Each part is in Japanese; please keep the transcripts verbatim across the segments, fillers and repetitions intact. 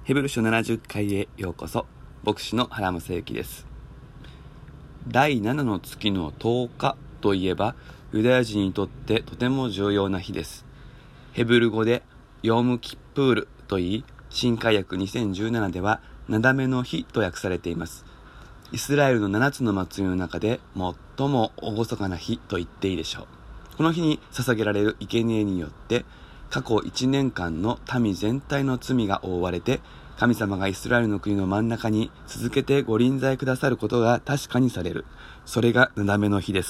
ヘブル書ななじゅっかいへようこそ。牧師の原正幸です。だいななの月のとおかといえば、ユダヤ人にとってとても重要な日です。ヘブル語でヨームキップールといい、新海訳にせんじゅうななではなだめの日と訳されています。イスラエルのななつの祭りの中で最も厳かな日と言っていいでしょう。この日に捧げられる生贄によって過去いちねんかんの民全体の罪が覆われて、神様がイスラエルの国の真ん中に続けてご臨在くださることが確かにされる。それがなだめの日です。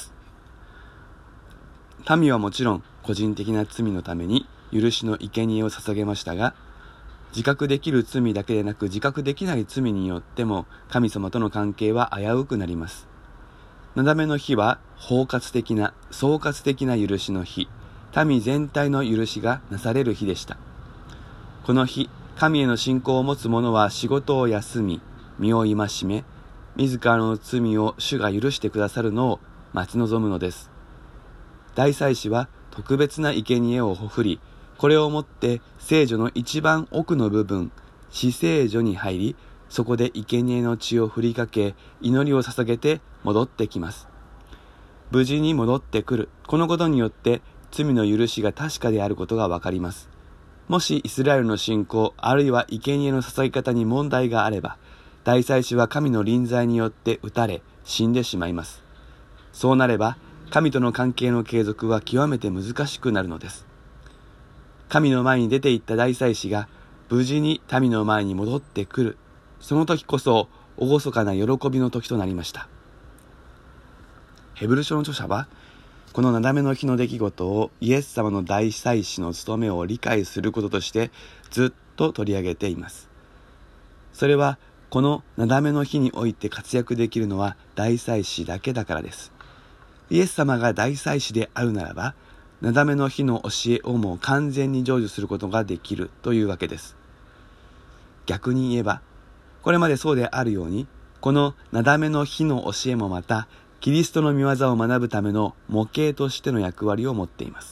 民はもちろん個人的な罪のために許しの生贄を捧げましたが、自覚できる罪だけでなく自覚できない罪によっても神様との関係は危うくなります。なだめの日は包括的な総括的な許しの日、民全体の許しがなされる日でした。この日、神への信仰を持つ者は仕事を休み、身を戒め、自らの罪を主が許してくださるのを待ち望むのです。大祭司は特別な生贄をほふり、これをもって聖所の一番奥の部分、至聖所に入り、そこで生贄の血を振りかけ、祈りを捧げて戻ってきます。無事に戻ってくる。このことによって罪の許しが確かであることがわかります。もしイスラエルの信仰、あるいは生贄の捧げ方に問題があれば、大祭司は神の臨在によって撃たれ、死んでしまいます。そうなれば、神との関係の継続は極めて難しくなるのです。神の前に出て行った大祭司が、無事に民の前に戻ってくる。その時こそ、厳かな喜びの時となりました。ヘブル書の著者は、このなだめの日の出来事をイエス様の大祭司の務めを理解することとしてずっと取り上げています。それはこのなだめの日において活躍できるのは大祭司だけだからです。イエス様が大祭司であるならば、なだめの日の教えをもう完全に成就することができるというわけです。逆に言えば、これまでそうであるように、このなだめの日の教えもまたキリストの御業を学ぶための模型としての役割を持っています。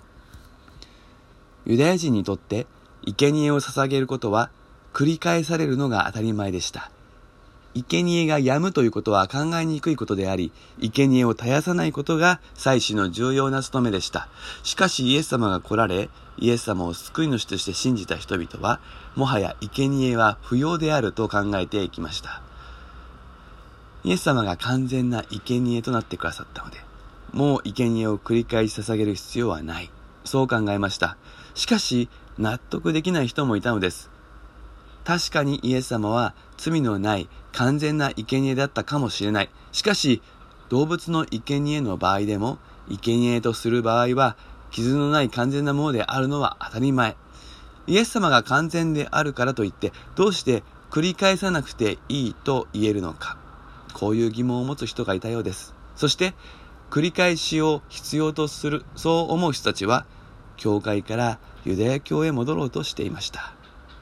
ユダヤ人にとって生贄を捧げることは繰り返されるのが当たり前でした。生贄がやむということは考えにくいことであり、生贄を絶やさないことが祭司の重要な務めでした。しかしイエス様が来られ、イエス様を救い主として信じた人々は、もはや生贄は不要であると考えていきました。イエス様が完全な生贄となってくださったので、もう生贄を繰り返し捧げる必要はない。そう考えました。しかし、納得できない人もいたのです。確かにイエス様は罪のない完全な生贄だったかもしれない。しかし、動物の生贄の場合でも、生贄とする場合は、傷のない完全なものであるのは当たり前。イエス様が完全であるからといって、どうして繰り返さなくていいと言えるのか。こういう疑問を持つ人がいたようです。そして、繰り返しを必要とする、そう思う人たちは、教会からユダヤ教へ戻ろうとしていました。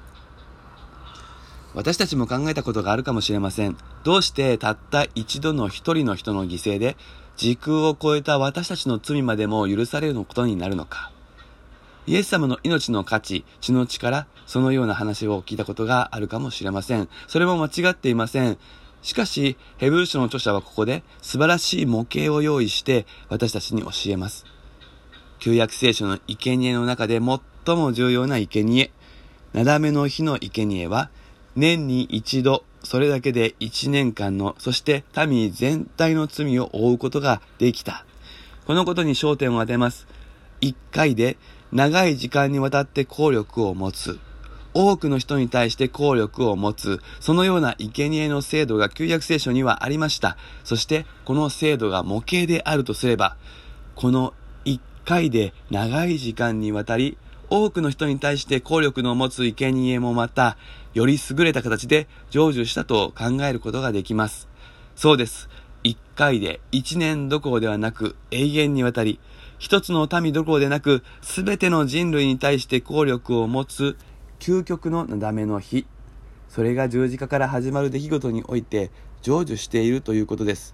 私たちも考えたことがあるかもしれません。どうしてたった一度の一人の人の犠牲で、時空を超えた私たちの罪までも許されることになるのか。イエス様の命の価値、血の力、そのような話を聞いたことがあるかもしれません。それも間違っていません。しかし、ヘブル書の著者はここで素晴らしい模型を用意して私たちに教えます。旧約聖書の生贄の中で最も重要な生贄、なだめの日の生贄は、年に一度、それだけで一年間の、そして民全体の罪を負うことができた。このことに焦点を当てます。一回で長い時間にわたって効力を持つ。多くの人に対して効力を持つ、そのような生贄の制度が旧約聖書にはありました。そしてこの制度が模型であるとすれば、この一回で長い時間にわたり多くの人に対して効力の持つ生贄もまたより優れた形で成就したと考えることができます。そうです。一回で一年どころではなく永遠にわたり、一つの民どころでなくすべての人類に対して効力を持つ究極のなだめの日、それが十字架から始まる出来事において成就しているということです。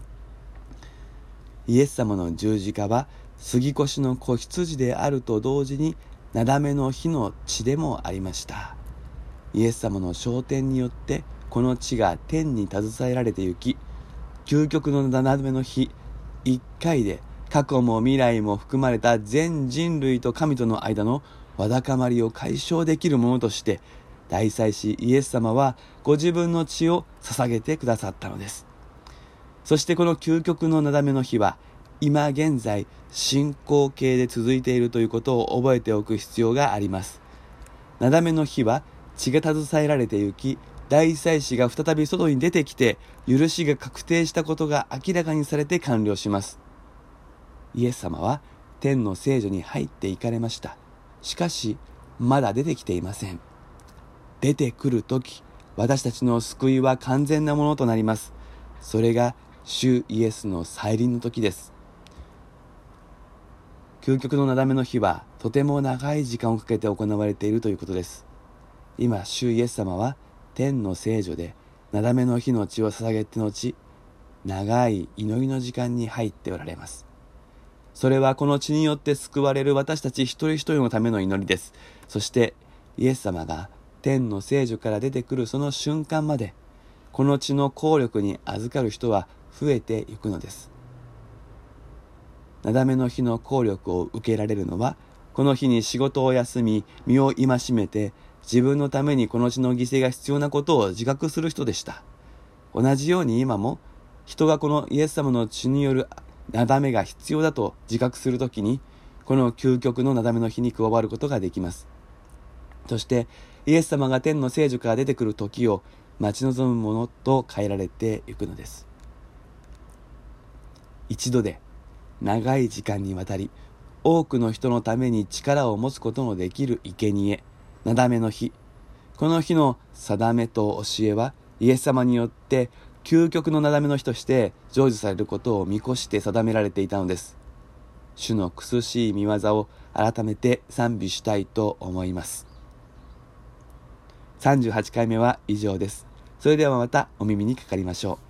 イエス様の十字架は杉越の子羊であると同時になだめの日の血でもありました。 イエス様の昇天によってこの地が天に携えられてゆき、究極のなだめの日、一回で過去も未来も含まれた全人類と神との間のわだかまりを解消できるものとして、大祭司イエス様はご自分の血を捧げてくださったのです。そしてこの究極のなだめの日は、今現在進行形で続いているということを覚えておく必要があります。なだめの日は血が携えられてゆき、大祭司が再び外に出てきて、許しが確定したことが明らかにされて完了します。イエス様は天の聖所に入って行かれました。しかし、まだ出てきていません。出てくるとき、私たちの救いは完全なものとなります。それが主イエスの再臨の時です。究極のなだめの日はとても長い時間をかけて行われているということです。今、主イエス様は天の聖所でなだめの日の血を捧げて後、長い祈りの時間に入っておられます。それはこの血によって救われる私たち一人一人のための祈りです。そしてイエス様が天の聖所から出てくるその瞬間まで、この血の効力に預かる人は増えていくのです。なだめの日の効力を受けられるのは、この日に仕事を休み、身を戒めて、自分のためにこの血の犠牲が必要なことを自覚する人でした。同じように今も、人がこのイエス様の血によるなだめが必要だと自覚するときに、この究極のなだめの日に加わることができます。そしてイエス様が天の聖所から出てくる時を待ち望むものと変えられていくのです。一度で長い時間にわたり多くの人のために力を持つことのできる生贄、なだめの日。この日の定めと教えはイエス様によって究極のなだめの日として成就されることを見越して定められていたのです。主の苦しい御業を改めて賛美したいと思います。さんじゅうはちかいめは以上です。それではまたお耳にかかりましょう。